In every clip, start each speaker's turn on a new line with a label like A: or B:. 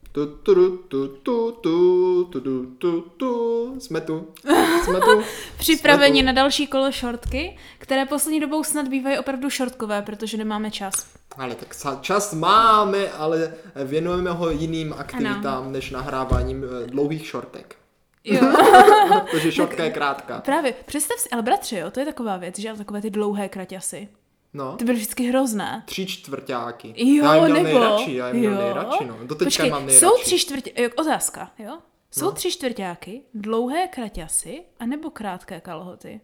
A: Jsme tu.
B: Připraveni na další kolo šortky, které poslední dobou snad bývají opravdu šortkové, protože nemáme čas.
A: Ale tak čas máme, ale věnujeme ho jiným aktivitám, než nahráváním dlouhých šortek.
B: Jo.
A: Protože šortka je krátká.
B: Právě, představ si, ale bratře, jo, to je taková věc, že takové ty dlouhé kraťasy.
A: No.
B: Ty byly vždycky hrozné.
A: 3/4.
B: Jo,
A: já jim
B: nebo...
A: Já jim měl nejradši, no. Doteďka
B: Počkej,
A: mám nejradši.
B: jsou 3/4, otázka, jo? Jsou 3/4, dlouhé kraťasy, anebo krátké kalhoty?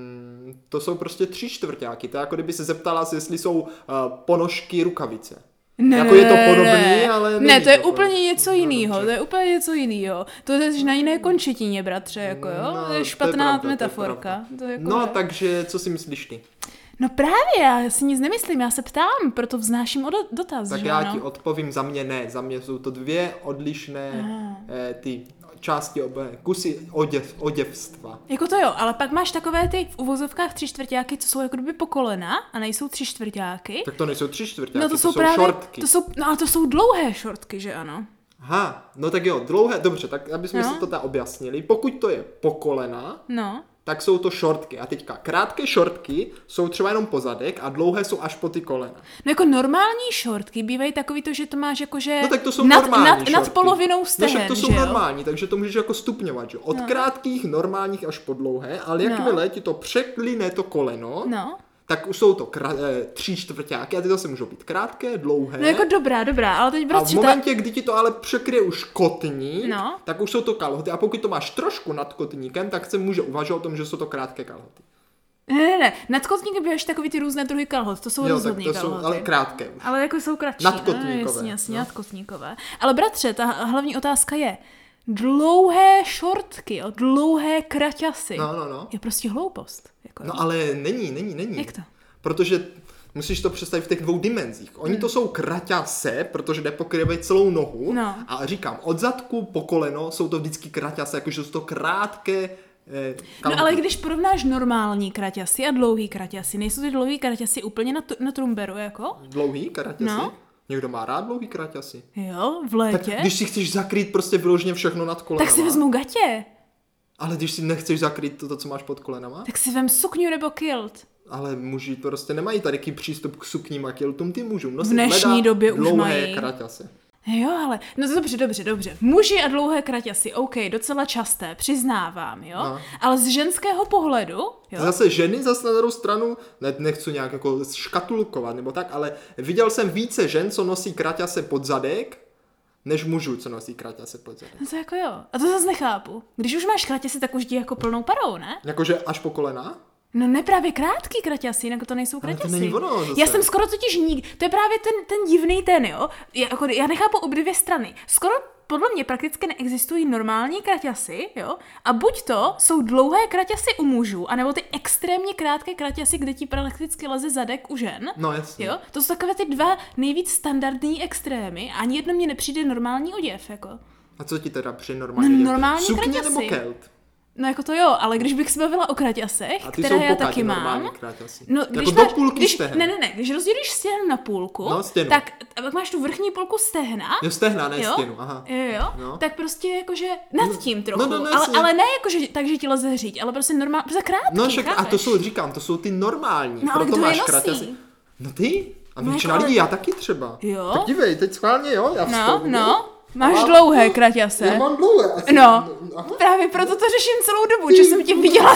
A: To jsou prostě 3/4. To je jako kdyby se zeptala, jestli jsou ponožky rukavice.
B: Ne,
A: jako je to podobný, ale
B: ne, to je
A: to
B: úplně něco jiného, to je úplně něco jiného. To je na jiné končetině, bratře, jako jo?
A: No,
B: to je špatná metaforka. To je jako
A: no, takže co si myslíš ty?
B: No právě, já si nic nemyslím, já se ptám, proto vznáším dotaz.
A: Tak
B: že
A: já
B: ano?
A: ti odpovím, za mě ne. Za mě jsou to dvě odlišné ty části, kusy oděvstva.
B: Jako to jo, ale pak máš takové ty v uvozovkách 3/4, co jsou jako kdyby po kolena a nejsou 3/4.
A: Tak to nejsou 3/4,
B: No to
A: jsou
B: právě,
A: šortky.
B: No a to jsou dlouhé šortky, že ano?
A: Aha, no tak jo, dlouhé, dobře, tak abychom si to tam objasnili. Pokud to je po kolena,
B: No.
A: tak jsou to šortky. A teďka krátké šortky jsou třeba jenom po zadek a dlouhé jsou až po ty kolena.
B: No jako normální šortky bývají takový to, že to máš jakože
A: No tak to jsou normální
B: nad polovinou stehen,
A: no, to jsou
B: že jo?
A: normální, takže to můžeš jako stupňovat, že? Od krátkých normálních až po dlouhé, ale jakmile ti to překline to koleno, tak už jsou to 3/4 a ty zase můžou být krátké, dlouhé.
B: No jako dobrá, ale teď
A: a v momentě, kdy ti to ale překryje už kotník,
B: No.
A: tak už jsou to kalhoty. A pokud to máš trošku nad kotníkem, tak se může uvažovat o tom, že jsou to krátké kalhoty.
B: Ne, nad kotníkem býváš takový ty různé druhy kalhot, to jsou rozhodný
A: tak to
B: kalhoty.
A: jsou ale krátké už.
B: Ale jako jsou kratší.
A: Nadkotníkové.
B: Jasně, nadkotníkové. Ale bratře, ta hlavní otázka je, dlouhé šortky, jo, dlouhé kraťasy,
A: No.
B: je prostě hloupost. Jako,
A: No ale není.
B: Jak to?
A: Protože musíš to představit v těch dvou dimenzích. Oni to jsou kraťase, protože nepokrývají celou nohu.
B: No.
A: A říkám, od zadku po koleno jsou to vždycky kraťase, jakože jsou to krátké kalhoty.
B: No ale když porovnáš normální kraťasy a dlouhý kraťasy, nejsou ty dlouhý kraťasy úplně na trumberu, jako?
A: Dlouhý kraťasy?
B: No.
A: Někdo má rád dlouhý kraťasy?
B: Jo, v létě.
A: Tak když si chceš zakrýt prostě vyloženě všechno nad kolenama.
B: Tak si vezmu gatě.
A: Ale když si nechceš zakrýt to, co máš pod kolenama?
B: Tak si vem sukňu nebo kilt.
A: Ale muži prostě nemají tady přístup k sukním a kiltům, ty můžou nosit
B: V dnešní době už
A: dlouhé
B: mají.
A: kraťasy.
B: Jo, ale, no dobře. Muži a dlouhé kraťasy, OK, docela časté, přiznávám, jo?
A: No.
B: Ale z ženského pohledu, jo?
A: Zase ženy zase na druhou stranu, nechci nějak jako škatulkovat nebo tak, ale viděl jsem více žen, co nosí kraťase pod zadek, než mužů, co nosí kraťase pod zadek.
B: No to jako jo, a to zase nechápu. Když už máš kraťasy, tak už jdi jako plnou parou, ne?
A: Jakože až po kolena?
B: No ne právě krátký kraťasy, jinak to nejsou kraťasy.
A: Ale to není ono zase.
B: Já jsem skoro totiž to je právě ten divný jo? Já nechápu obě dvě strany. Skoro podle mě prakticky neexistují normální kraťasy, jo? A buď to jsou dlouhé kraťasy u mužů, anebo ty extrémně krátké kraťasy, kde ti prakticky leze zadek u žen.
A: No jasně.
B: Jo? To jsou takové ty dva nejvíc standardní extrémy. Ani jedno mě nepřijde normální oděv, jako.
A: A co ti teda při normální
B: No, normální
A: sukně
B: kraťasy.
A: nebo kelt?
B: No jako to jo, ale když bych se bavila o kraťasech,
A: A ty
B: které
A: jsou
B: já taky mám.
A: normální kraťasy.
B: No,
A: jako
B: když
A: do
B: máš,
A: půlky stehna.
B: Ne, když rozdělíš stěnu na půlku,
A: No, stěnu.
B: tak máš tu vrchní půlku stehna.
A: Jo, stehna, ne
B: jo?
A: stěnu, aha.
B: Jo,
A: No.
B: tak prostě jakože nad tím trochu,
A: no,
B: ale ne jakože tak, že ti leze hřít, ale prostě normálně, prostě krátký,
A: No však, a
B: chápeš?
A: to jsou, říkám, to jsou ty normální,
B: No, ale
A: proto
B: kdo je
A: máš
B: nosí?
A: kraťasy. No ty? A
B: No,
A: většina
B: jako,
A: lidí, já taky třeba.
B: Jo?
A: Tak dívej, teď schválně, jo, já vstoupím.
B: No, máš dlouhé kraťase.
A: Já mám dlouhé. Asi.
B: No,
A: Aha.
B: právě proto to řeším celou dobu, že jsem tě viděla.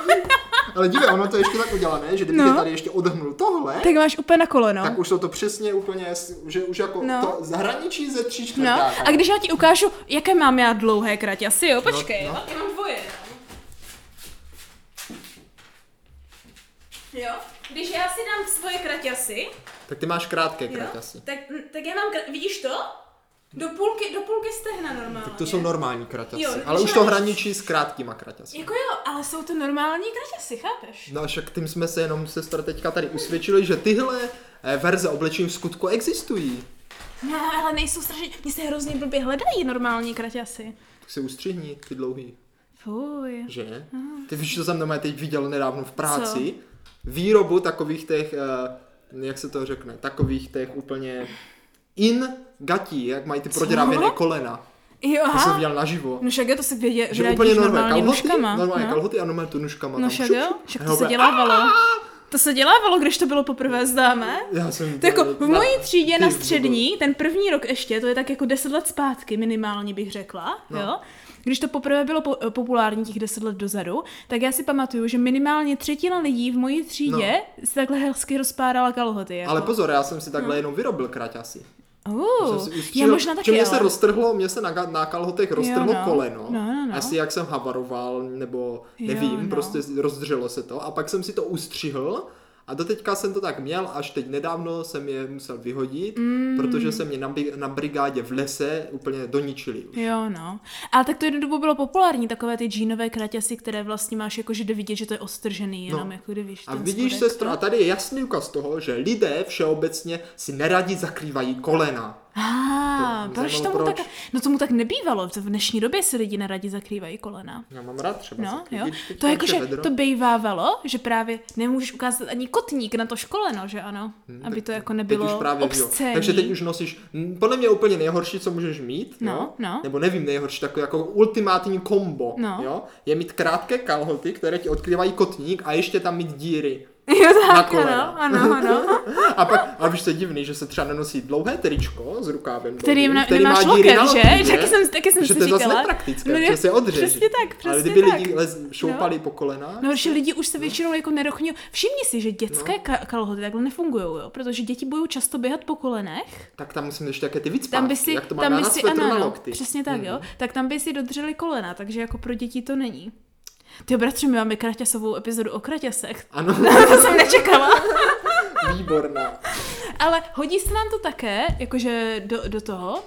A: Ale dívej, ono to je ještě tak udělané, že kdyby tady ještě odhnul tohle,
B: Tak máš úplně na koleno.
A: tak už jsou to přesně úplně, že už jako to zahraničí ze 3/4.
B: No, a když já ti ukážu, jaké mám já dlouhé kraťasy, jo, počkej,
A: No.
B: já mám dvoje. Jo, když já si dám svoje kraťasy,
A: Tak ty máš krátké kraťasy.
B: tak já mám, vidíš to? Do půlky stehna normálně.
A: Tak to jsou normální kraťasy,
B: Jo,
A: ale
B: když
A: už to
B: máš-
A: hraničí s krátkýma kraťasy.
B: Jako jo, ale jsou to normální kraťasy, chápeš?
A: No a však tím jsme se jenom sestra teďka tady usvědčili, že tyhle verze oblečení v skutku existují.
B: No, ale nejsou strašně, mně se hrozně blbě hledají normální kraťasy.
A: Tak se ustřihni, ty dlouhý.
B: Fuj.
A: Že? Ty víš, co jsem doma teď viděl nedávno v práci? Výrobu takových těch, jak se to řekne, takových těch úplně gatí, jak mají ty proděravěné kolena.
B: Jo, aha.
A: To jsem viděl naživo.
B: No však to se
A: že úplně normálně nůžkama. Normálně kalhoty a normálně tu nůžkama.
B: No však jo, však to se dělávalo. To se dělávalo, když to bylo poprvé, zdáme.
A: Já jsem
B: to jako v mojí třídě na střední, ten první rok ještě, to je tak jako 10 let zpátky minimálně bych řekla, jo. Když to poprvé bylo populární těch 10 let dozadu, tak já si pamatuju, že minimálně 1/3 lidí v mojí třídě si takhle hezky rozpárala kalhoty. Jako.
A: Ale pozor, já jsem si takhle jenom vyrobil kraťasy.
B: Já možná taky,
A: mě se roztrhlo, mě se na kalhotech roztrhlo koleno.
B: No.
A: Asi jak jsem havaroval, nebo nevím, prostě rozdřelo se to. A pak jsem si to ustřihl a doteďka jsem to tak měl, až teď nedávno jsem je musel vyhodit, protože se mě na brigádě v lese úplně doničili už.
B: Jo, no. Ale tak to jednu dobu bylo populární, takové ty džínové kraťasy, které vlastně máš jako, že jde vidět, že to je ostržený, jenom jako víš.
A: A vidíš, sestro, a tady je jasný ukaz toho, že lidé všeobecně si neradi zakrývají kolena.
B: Proč tomu tak? No tomu tak nebývalo. V dnešní době si lidi neradi zakrývají kolena.
A: Já mám rád třeba
B: To jako, že to bývávalo, že právě nemůžeš ukázat ani kotník na to školeno, že ano? Aby to jako nebylo obscénní.
A: Takže teď už nosíš, podle mě úplně nejhorší, co můžeš mít, nebo nevím nejhorší, takové jako ultimátní kombo, jo? Je mít krátké kalhoty, které ti odkrývají kotník a ještě tam mít díry.
B: Jo, tak, ano.
A: A pak, ale víš, co je divný, že se třeba nenosí dlouhé tričko s rukávem,
B: který nemáš loket, že? Taky jsem si říkala.
A: Že to je zase nepraktické, že se odřeží.
B: Přesně tak.
A: Ale kdyby lidi šoupali po kolena.
B: No, že lidi už se většinou jako nerochňují. Všimni si, že dětské kalhoty takhle nefungují, jo? Protože děti budou často běhat po kolenech.
A: Tak tam musím ještě také ty vícpátky, jak to máme na svetru na lokty.
B: Přesně tak, jo. Tak tam by si dodrželi kolena, takže jako pro děti to není. Ty bratře, my máme kraťasovou epizodu o kraťasech.
A: Ano.
B: To jsem nečekala.
A: Výborná.
B: Ale hodí se nám to také, jakože do toho,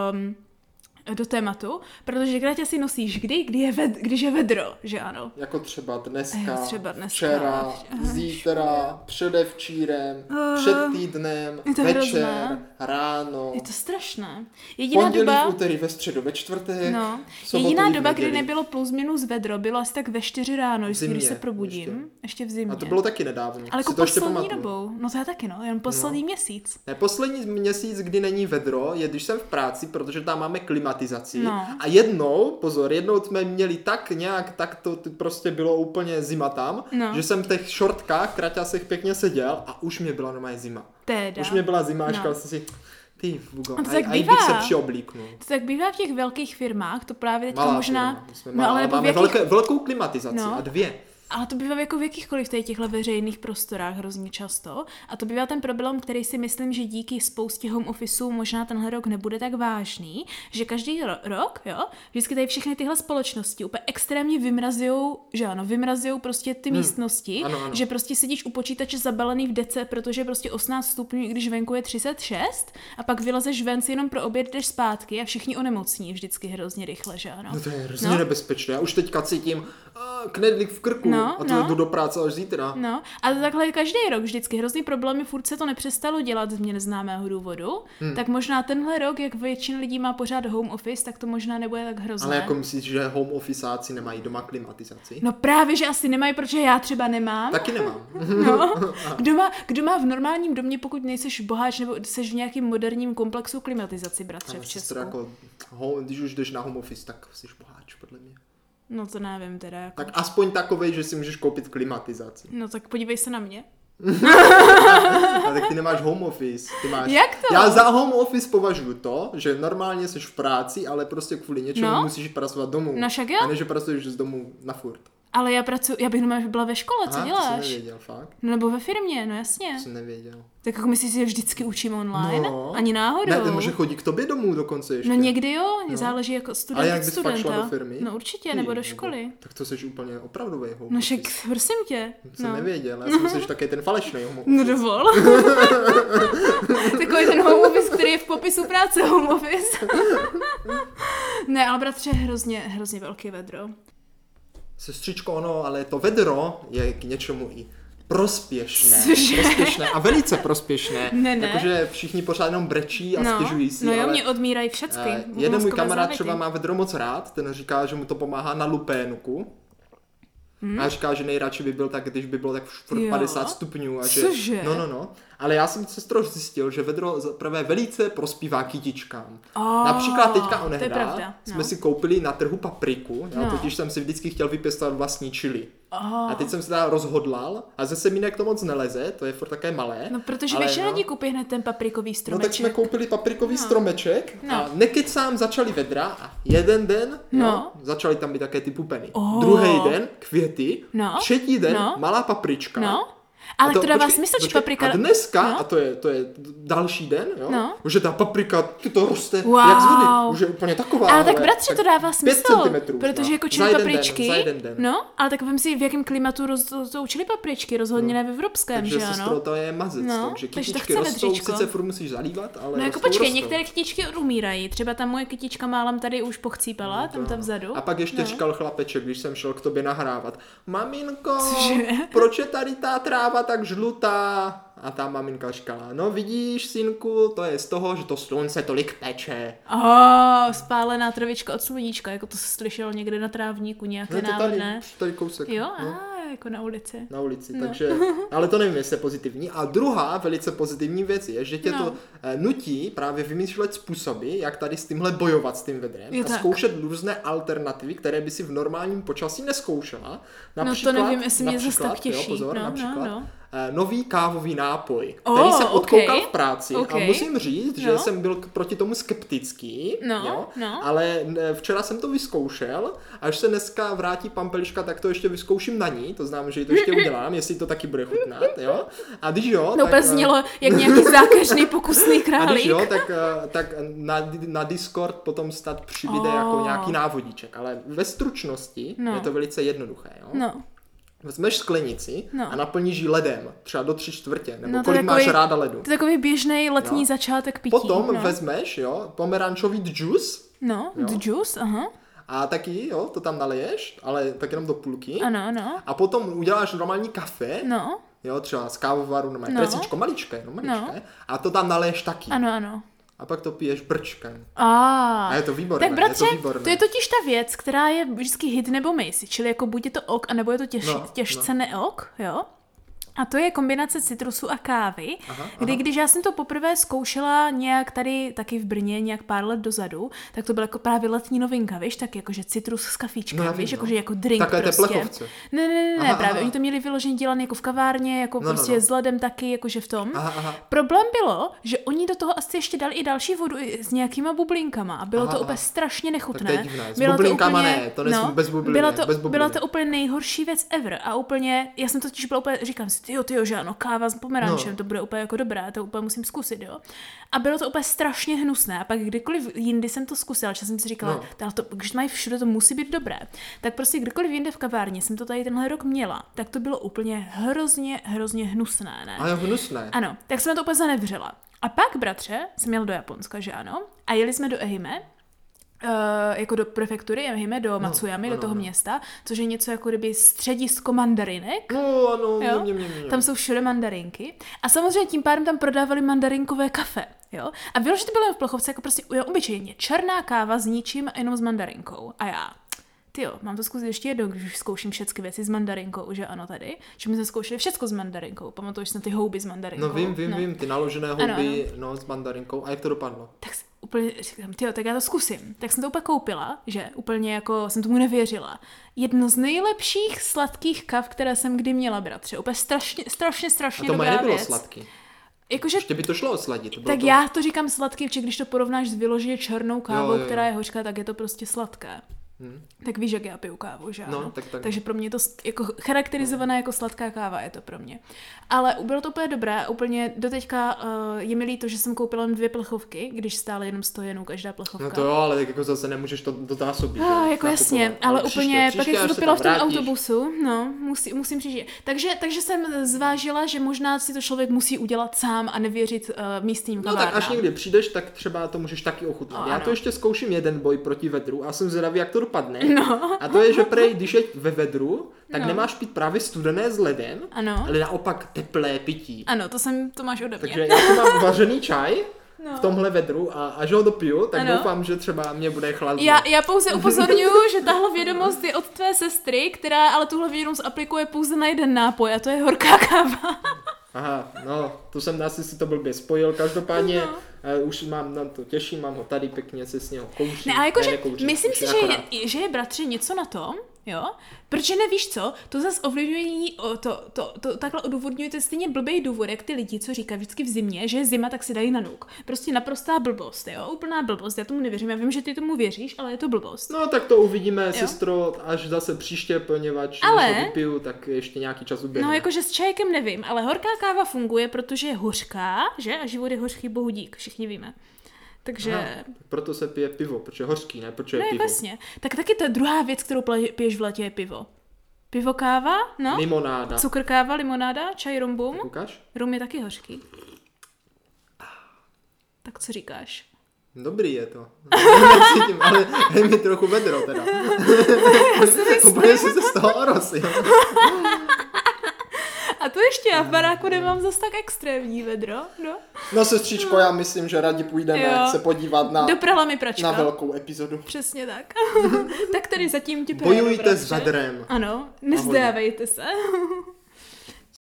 B: do tématu, protože kraťasy nosíš když je vedro, že ano?
A: Jako třeba dneska, včera, zítra, předevčírem, před týdnem, večer, hrozné. Ráno.
B: Je to strašné.
A: Pondělí, v úterý, ve středu, ve čtvrtek.
B: No. Jediná doba, kdy nebylo plus minus vedro, bylo asi tak ve 4 ráno, když se probudím. Ještě v zimě.
A: A to bylo taky nedávno.
B: Ale jako poslední dobou. No to je taky, jen poslední měsíc.
A: Ne, poslední měsíc, kdy není vedro, je když jsem v práci, protože tam máme klimatizaci. A jednou jsme měli tak to prostě bylo úplně zima tam, že jsem v těch šortkách, kraťasech pěkně seděl a už mě byla normálně zima. Už mě byla zima a říkal jsem si, ty Vugo, a bych se přioblíknul.
B: To tak bývá v těch velkých firmách, to právě teďka
A: malá
B: možná...
A: Firma, ale máme velkou klimatizaci a 2.
B: Ale to bývá jako v jakýchkoliv těchto veřejných prostorách hrozně často. A to bývá ten problém, který si myslím, že díky spoustě home officeů možná tenhle rok nebude tak vážný, že každý rok, vždycky tady všechny tyhle společnosti úplně extrémně vymrazujou prostě ty místnosti,
A: ano.
B: Že prostě sedíš u počítače zabalený v dece, protože prostě 18 stupňů, i když venku je 36, a pak vylezeš ven si jenom pro oběd, jdeš zpátky a všichni onemocní vždycky hrozně rychle, že ano.
A: No to je hrozně nebezpečné. Já už teďka cítím knedlík v krku a to jdu do práce až zítra.
B: No, a takhle každý rok vždycky hrozný problémy, furt se to nepřestalo dělat z mě neznámého důvodu, tak možná tenhle rok, jak většina lidí má pořád home office, tak to možná nebude tak hrozné.
A: Ale jako myslíš, že home officeáci nemají doma klimatizaci?
B: No právě, že asi nemají, protože já třeba nemám.
A: Taky nemám.
B: No, kdo má v normálním domě, pokud nejseš boháč nebo jsi v nějakým moderním komplexu klimatizaci, bratře, v Česku.
A: Jako, když už jdeš na home office, tak jsi boháč, podle mě.
B: No to nevím teda. Jako.
A: Tak aspoň takovej, že si můžeš koupit klimatizaci.
B: No tak podívej se na mě.
A: A tak ty nemáš home office.
B: Jak to?
A: Já za home office považuji to, že normálně jsi v práci, ale prostě kvůli něčemu musíš pracovat domů.
B: No však jo.
A: A ne, že pracuješ z domu na furt.
B: Ale já bych byla ve škole, co děláš?
A: To jsem nevěděl, fakt.
B: No nebo ve firmě, no jasně.
A: To jsem nevěděl.
B: Tak jako myslíš, že vždycky učím online?
A: No.
B: Ani náhodou.
A: Ne, může chodit k tobě domů dokonce ještě.
B: No někdy jo, záleží jako student.
A: Ale jak bys fakt šla do firmy?
B: No určitě, nebo do školy.
A: Tak to jsi úplně opravdový home office.
B: No však, prosím tě.
A: To jsem nevěděl, já jsem myslel, že také ten falešný home office.
B: No dovol. Takový ten home office, který je v popisu práce home office. Ne, ale bratře, hrozně velký vedro.
A: Sestřičko, ale to vedro je k něčemu i prospěšné a velice prospěšné.
B: Ne.
A: Jakože všichni pořád jenom brečí a stěžují si.
B: No jo, mě odmírají všecky.
A: Jeden můj kamarád třeba má vedro moc rád, ten říká, že mu to pomáhá na lupénku. A říká, že nejradši by byl tak, když by bylo tak 50 stupňů. A že...
B: Cože?
A: No. Ale já jsem se trochu zjistil, že vedro zaprvé velice prospívá kytičkám. Například teďka onehda jsme si koupili na trhu papriku, totiž jsem si vždycky chtěl vypěstovat vlastní chili. A teď jsem se teda rozhodlal a ze semínek to moc neleze, to je furt také malé.
B: No protože většina lidí koupí hned ten paprikový stromeček.
A: No tak jsme koupili paprikový stromeček a nekecám začali vedra a jeden den začaly tam být také ty pupeny. Druhý den květy, třetí den malá paprička.
B: Ale to dává smysl, že paprika...
A: A dneska, a to je další den, že ta paprika, to roste jak z vody, už je úplně taková.
B: Ale tak bratře, to dává smysl,
A: 5 cm,
B: protože jako čili papričky, ale tak vem si, v jakém klimatu rostou čili papričky, rozhodně ne v evropském, že ano.
A: Takže sestro, to je mazec, takže kytičky rostou, sice furt musíš zalívat, ale
B: no jako počkej, některé kytičky umírají, třeba ta moje kytička málem tady už pochcípala, tam vzadu.
A: A pak ještě říkal chlapeček, když jsem šel k tobě nahrávat, maminko, proč je tady ta tráva tak žlutá? A ta maminka říkala, no vidíš, synku, to je z toho, že to slunce tolik peče.
B: Spálená travička od sluníčka, jako to jsi slyšel někde na trávníku, nějaké návod, ne?
A: Tady kousek.
B: Jo, jako na ulici.
A: Na ulici, takže, ale to nevím, jestli je pozitivní. A druhá velice pozitivní věc je, že tě to nutí právě vymýšlet způsoby, jak tady s tímhle bojovat s tím vedrem a zkoušet různé alternativy, které by si v normálním počasí neskoušela.
B: Například, to nevím, jestli mě zase tak těší.
A: Například nový kávový nápoj, který jsem odkoukal v práci a musím říct, že jsem byl proti tomu skeptický, ale včera jsem to vyzkoušel, až se dneska vrátí Pampeliška, tak to ještě vyzkouším na ní, to znamená, že to ještě udělám, jestli to taky bude chutnat, jo. A když jo,
B: tak... No znělo jak nějaký zákeřný pokusný králík.
A: A když jo, tak na Discord potom snad přibyde jako nějaký návodíček, ale ve stručnosti je to velice jednoduché, jo. Vezmeš sklenici a naplníš ji ledem, třeba do 3/4, nebo kolik máš ráda ledu.
B: To je takový běžný letní začátek pití.
A: Potom vezmeš, pomerančový džus.
B: Džus,
A: A taky, to tam naleješ, ale tak jenom do půlky.
B: Ano.
A: A potom uděláš normální kafe. Třeba z kávovaru, presičko, maličké. A to tam naleješ taky.
B: Ano.
A: A pak to piješ brčkem. A je to výborné.
B: Tak bratře, to je totiž ta věc, která je vždycky hit nebo miss. Čili jako buď je to ok, anebo je to těžce neok, jo? A to je kombinace citrusu a kávy, když já jsem to poprvé zkoušela nějak tady taky v Brně, nějak pár let dozadu, tak to byla jako právě letní novinka, víš, tak jakože citrus s kafíčkem, víš, jakože jako drink
A: takové
B: prostě.
A: Teplechovce.
B: Ne, právě, oni to měli vyloženě dělané jako v kavárně, jako prostě s ledem taky, jakože v tom. Problém bylo, že oni do toho asi ještě dali i další vodu s nějakýma bublinkama a bylo to úplně strašně nechutné.
A: Tak to je divné. S bublinkama ne, to nesmí bez bubliny.
B: Byla to úplně nejhorší věc ever a úplně, já jsem totiž byla úplně, říkám si, tyjo, že ano, káva s pomerančem, to bude úplně jako dobré, to úplně musím zkusit, jo. A bylo to úplně strašně hnusné. A pak kdykoliv jindy jsem to zkusila, že jsem si říkala, když to mají všude, to musí být dobré. Tak prostě kdykoliv jinde v kavárně jsem to tady tenhle rok měla, tak to bylo úplně hrozně hnusné, ne?
A: A jo, hnusné.
B: Ano, tak jsem to úplně zanevřela. A pak, bratře, jsem jel do Japonska, že ano, a jeli jsme do Ehime, jako do prefektury Ehime, do Matsuyamy, do toho města, což je něco jako kdyby středisko mandarinek. Tam jsou všude mandarinky. A samozřejmě tím pádem tam prodávali mandarinkové kafe. Jo? A vyložit to bylo v plechovce jako prostě obyčejně černá káva s ničím a jenom s mandarinkou. A já, mám to zkusit ještě jednou, když už zkouším všechny věci s mandarinkou, že ano tady. Že my jsme zkoušeli všechno s mandarinkou. Pamatuješ si na ty houby s mandarinkou?
A: No vím, ty naložené houby s mandarinkou. A jak to dopadlo?
B: Tak úplně říkám, tak já to zkusím. Tak jsem to úplně koupila, že úplně jako jsem tomu nevěřila. Jedno z nejlepších sladkých kav, které jsem kdy měla, bratře. Úplně strašně
A: a to
B: dobrá
A: nebylo
B: věc.
A: Sladký.
B: Jakože,
A: ještě by to šlo osladit.
B: Tak já to říkám sladký, protože když to porovnáš s vyloženě černou kávou, která je hořká, tak je to prostě sladké. Tak víš, jak já piju kávu, že ano? Takže pro mě je to jako charakterizovaná jako sladká káva, je to pro mě. Ale bylo to úplně dobré, úplně doteďka je mi líto, že jsem koupila jen 2 plechovky, když stále jenom 100 jenů každá plechovka.
A: No to jo, ale tak jako zase nemůžeš to dotásobit.
B: Jako jasně, ale úplně, pak jak jsem to pila v tom autobusu, musím přijít. Takže jsem zvážila, že možná si to člověk musí udělat sám a nevěřit místním kavárnám.
A: No tak až někdy přijdeš, tak třeba to můžeš taky ochutnat. Já to ještě zkouším jeden boj proti vedru a jsem zvědavý, jak to dopadne. A to je, že když je ve vedru, tak nemáš pít právě studené s ledem, ale naopak teplé pití.
B: Ano, to máš ode mě.
A: Takže já tu mám vařený čaj v tomhle vedru a až ho dopiju, tak doufám, že třeba mě bude chladno.
B: Já pouze upozorňuji, že tahle vědomost je od tvé sestry, která ale tuhle vědomost aplikuje pouze na jeden nápoj a to je horká káva.
A: Aha, no, to jsem asi si to blbě spojil, každopádně už mám na to těším, mám ho tady pěkně, se s něho kouří.
B: Ne, ale jakože myslím si, že je bratře něco na tom, jo, protože nevíš co, to zase ovlivňují, to takhle odůvodňuje, to je stejně blbej důvod, jak ty lidi, co říkají vždycky v zimě, že je zima, tak si dají na nuk. Prostě naprostá blbost, jo, úplná blbost, já tomu nevěřím, já vím, že ty tomu věříš, ale je to blbost.
A: No tak to uvidíme, sestro, až zase příště, poněvadž když ho vypiju, tak ještě nějaký čas uběhne.
B: No jakože s čajkem nevím, ale horká káva funguje, protože je hořká, že? A život je hořký, bohu dík, všichni víme. Takže...
A: Aha, proto se pije pivo, protože je hořký, ne? Protože je pivo.
B: Vlastně. Tak taky ta druhá věc, kterou piješ v létě, je pivo. Pivo, káva, no?
A: Limonáda.
B: Cukr, káva, limonáda, čaj, rum, bum.
A: Ukáž?
B: Rum je taky hořký. Tak co říkáš?
A: Dobrý je to. Necítím, ale je mi trochu vedro teda. Úplně si se z toho orosil.
B: A to ještě já v baráku nemám zas tak extrémní vedro, no.
A: No sestřičko, já myslím, že rádi půjdeme se podívat na,
B: doprala mi pračka.
A: Na velkou epizodu.
B: Přesně tak. Tak tady zatím ti
A: bojujte s vedrem.
B: Ano, nezdávejte se.